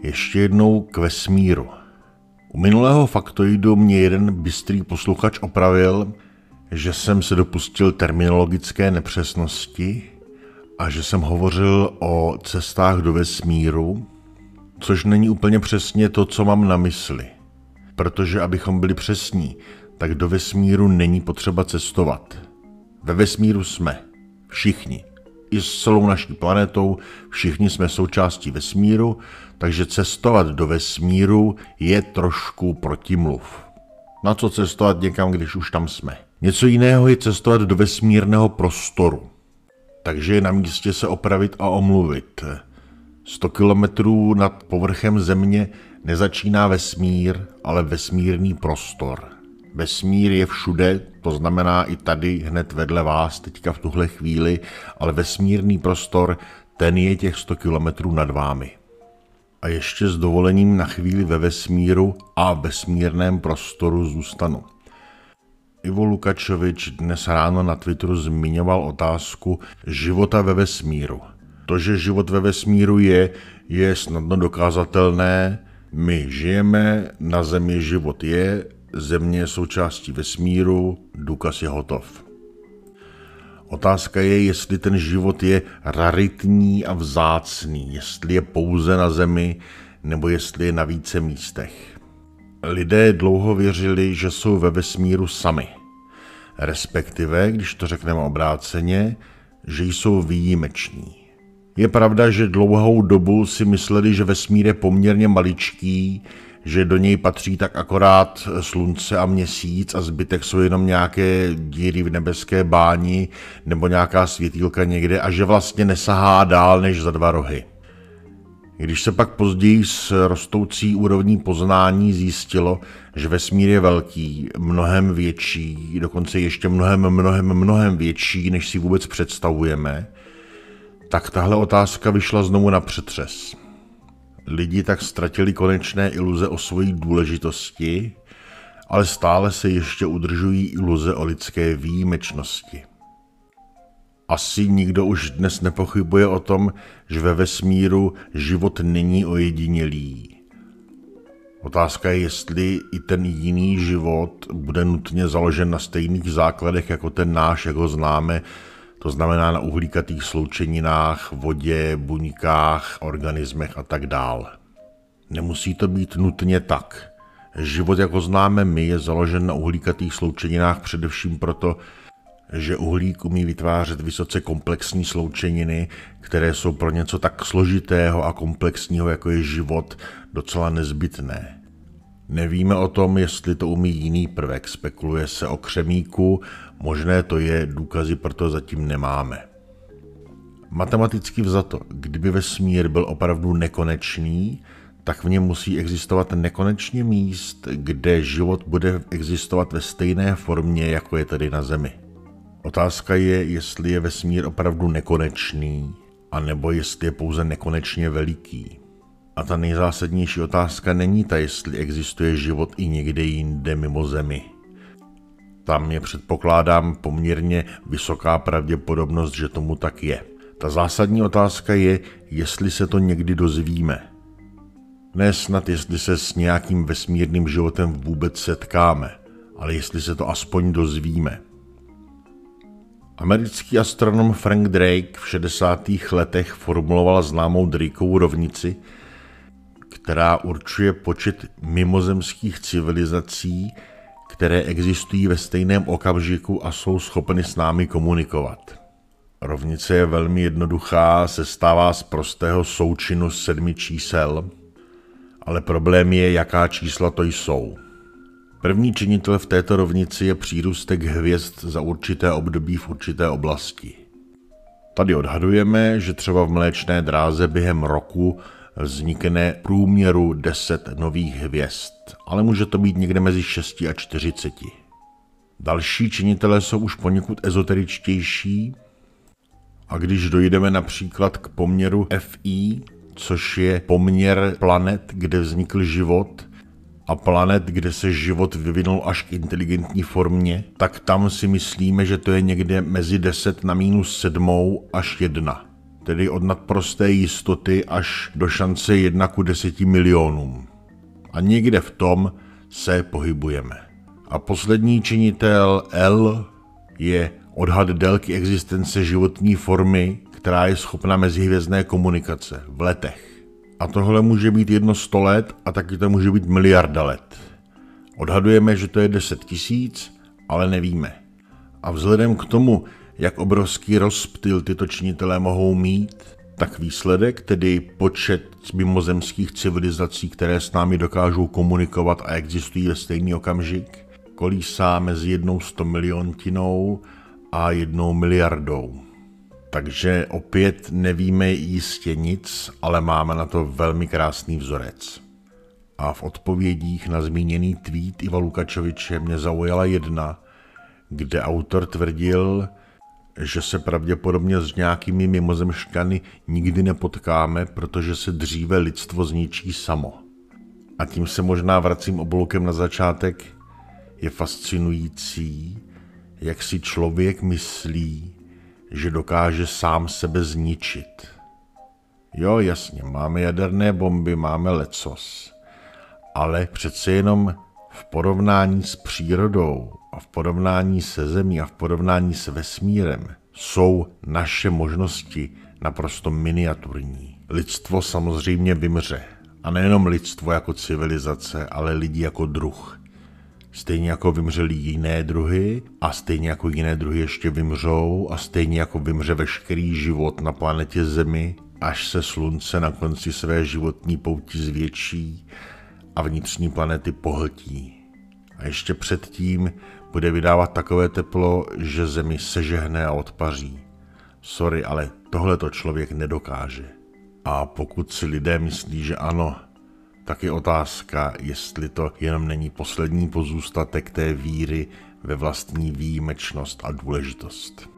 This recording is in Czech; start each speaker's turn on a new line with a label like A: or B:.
A: Ještě jednou k vesmíru. U minulého faktoidu mě jeden bystrý posluchač opravil, že jsem se dopustil terminologické nepřesnosti a že jsem hovořil o cestách do vesmíru, což není úplně přesně to, co mám na mysli. Protože abychom byli přesní, tak do vesmíru není potřeba cestovat. Ve vesmíru jsme. Všichni. I s celou naší planetou, všichni jsme součástí vesmíru, takže cestovat do vesmíru je trošku protimluv. Na co cestovat někam, když už tam jsme? Něco jiného je cestovat do vesmírného prostoru. Takže je na místě se opravit a omluvit. 100 kilometrů nad povrchem Země nezačíná vesmír, ale vesmírný prostor. Vesmír je všude, to znamená i tady hned vedle vás teďka v tuhle chvíli, ale vesmírný prostor, ten je těch 100 kilometrů nad vámi. A ještě s dovolením na chvíli ve vesmíru a vesmírném prostoru zůstanu. Ivo Lukačovič dnes ráno na Twitteru zmiňoval otázku života ve vesmíru. To, že život ve vesmíru je snadno dokázatelné. My žijeme, na Zemi život je, Země je součástí vesmíru, důkaz je hotov. Otázka je, jestli ten život je raritní a vzácný, jestli je pouze na Zemi, nebo jestli je na více místech. Lidé dlouho věřili, že jsou ve vesmíru sami. Respektive, když to řekneme obráceně, že jsou výjimeční. Je pravda, že dlouhou dobu si mysleli, že vesmír je poměrně maličký, že do něj patří tak akorát Slunce a Měsíc a zbytek jsou jenom nějaké díry v nebeské báni nebo nějaká světýlka někde a že vlastně nesahá dál než za 2 rohy. Když se pak později s rostoucí úrovní poznání zjistilo, že vesmír je velký, mnohem větší, dokonce ještě mnohem větší, než si vůbec představujeme, tak tahle otázka vyšla znovu na přetřes. Lidi tak ztratili konečné iluze o svojí důležitosti, ale stále se ještě udržují iluze o lidské výjimečnosti. Asi nikdo už dnes nepochybuje o tom, že ve vesmíru život není ojedinělý. Otázka je, jestli i ten jiný život bude nutně založen na stejných základech jako ten náš, jak ho známe, to znamená na uhlíkatých sloučeninách, vodě, buňkách, organismech a tak dál. Nemusí to být nutně tak. Život, jak ho známe my, je založen na uhlíkatých sloučeninách především proto, že uhlík umí vytvářet vysoce komplexní sloučeniny, které jsou pro něco tak složitého a komplexního, jako je život, docela nezbytné. Nevíme o tom, jestli to umí jiný prvek, spekuluje se o křemíku, možné to je, důkazy proto zatím nemáme. Matematicky vzato, kdyby vesmír byl opravdu nekonečný, tak v něm musí existovat nekonečně míst, kde život bude existovat ve stejné formě, jako je tady na Zemi. Otázka je, jestli je vesmír opravdu nekonečný, anebo jestli je pouze nekonečně veliký. A ta nejzásadnější otázka není ta, jestli existuje život i někde jinde mimo Zemi. Tam je, předpokládám, poměrně vysoká pravděpodobnost, že tomu tak je. Ta zásadní otázka je, jestli se to někdy dozvíme. Ne snad, jestli se s nějakým vesmírným životem vůbec setkáme, ale jestli se to aspoň dozvíme. Americký astronom Frank Drake v 60. letech formuloval známou Drakeovu rovnici, která určuje počet mimozemských civilizací, které existují ve stejném okamžiku a jsou schopny s námi komunikovat. Rovnice je velmi jednoduchá, sestává z prostého součinu 7 čísel, ale problém je, jaká čísla to jsou. První činitel v této rovnici je přírůstek hvězd za určité období v určité oblasti. Tady odhadujeme, že třeba v Mléčné dráze během roku vznikne v průměru 10 nových hvězd, ale může to být někde mezi 6 a 40. Další činitelé jsou už poněkud ezoteričtější a když dojdeme například k poměru FI, což je poměr planet, kde vznikl život, a planet, kde se život vyvinul až k inteligentní formě, tak tam si myslíme, že to je někde mezi 10 na -7 až 1. Tedy od nadprosté jistoty až do šance 1:10 milionům. A někde v tom se pohybujeme. A poslední činitel L je odhad délky existence životní formy, která je schopna mezihvězdné komunikace v letech. A tohle může být 100 let a taky to může být miliarda let. Odhadujeme, že to je 10 000, ale nevíme. A vzhledem k tomu, jak obrovský rozptyl tyto činitelé mohou mít, tak výsledek, tedy počet mimozemských civilizací, které s námi dokážou komunikovat a existují ve stejný okamžik, kolísá mezi 100 miliontinou a 1 miliardou. Takže opět nevíme jistě nic, ale máme na to velmi krásný vzorec. A v odpovědích na zmíněný tweet Iva Lukačoviče mě zaujala jedna, kde autor tvrdil, že se pravděpodobně s nějakými mimozemšťany nikdy nepotkáme, protože se dříve lidstvo zničí samo. A tím se možná vracím obloukem na začátek. Je fascinující, jak si člověk myslí, že dokáže sám sebe zničit. Jo, jasně, máme jaderné bomby, máme lecos, ale přece jenom v porovnání s přírodou a v porovnání se Zemí a v porovnání s vesmírem jsou naše možnosti naprosto miniaturní. Lidstvo samozřejmě vymře. A nejenom lidstvo jako civilizace, ale lidi jako druh. Stejně jako vymřeli jiné druhy a stejně jako jiné druhy ještě vymřou a stejně jako vymře veškerý život na planetě Zemi, až se Slunce na konci své životní pouti zvětší a vnitřní planety pohltí. A ještě předtím bude vydávat takové teplo, že Zemi sežehne a odpaří. Sorry, ale tohle to člověk nedokáže. A pokud si lidé myslí, že ano, tak je otázka, jestli to jenom není poslední pozůstatek té víry ve vlastní výjimečnost a důležitost.